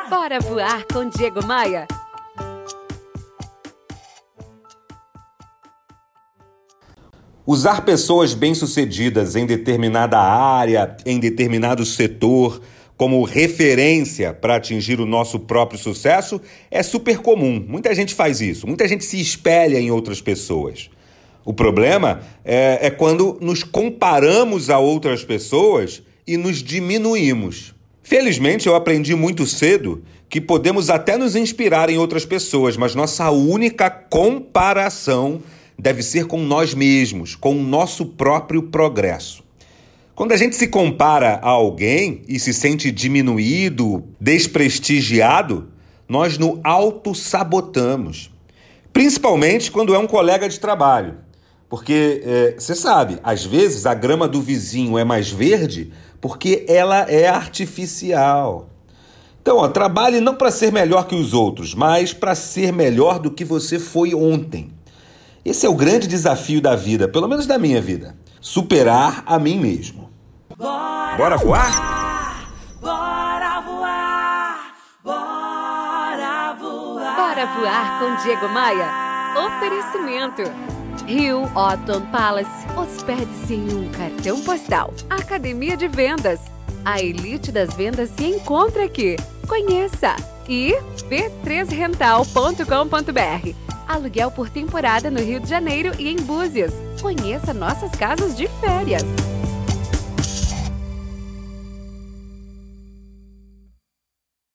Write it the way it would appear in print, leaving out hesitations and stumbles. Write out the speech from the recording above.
Bora voar com Diego Maia. Usar pessoas bem-sucedidas em determinada área, em determinado setor, como referência para atingir o nosso próprio sucesso é super comum. Muita gente faz isso, muita gente se espelha em outras pessoas. O problema é quando nos comparamos a outras pessoas e nos diminuímos. Felizmente, eu aprendi muito cedo que podemos até nos inspirar em outras pessoas, mas nossa única comparação deve ser com nós mesmos, com o nosso próprio progresso. Quando a gente se compara a alguém e se sente diminuído, desprestigiado, nós nos autossabotamos. Principalmente quando é um colega de trabalho. Porque, você sabe, às vezes a grama do vizinho é mais verde porque ela é artificial. Então, trabalhe não para ser melhor que os outros, mas para ser melhor do que você foi ontem. Esse é o grande desafio da vida, pelo menos da minha vida. Superar a mim mesmo. Bora voar? Bora voar! Bora voar! Bora voar com Diego Maia. Oferecimento. Rio Otton Palace. Hospede-se em um cartão postal. Academia de Vendas. A elite das vendas se encontra aqui. Conheça! E b3rental.com.br. Aluguel por temporada no Rio de Janeiro e em Búzios. Conheça nossas casas de férias.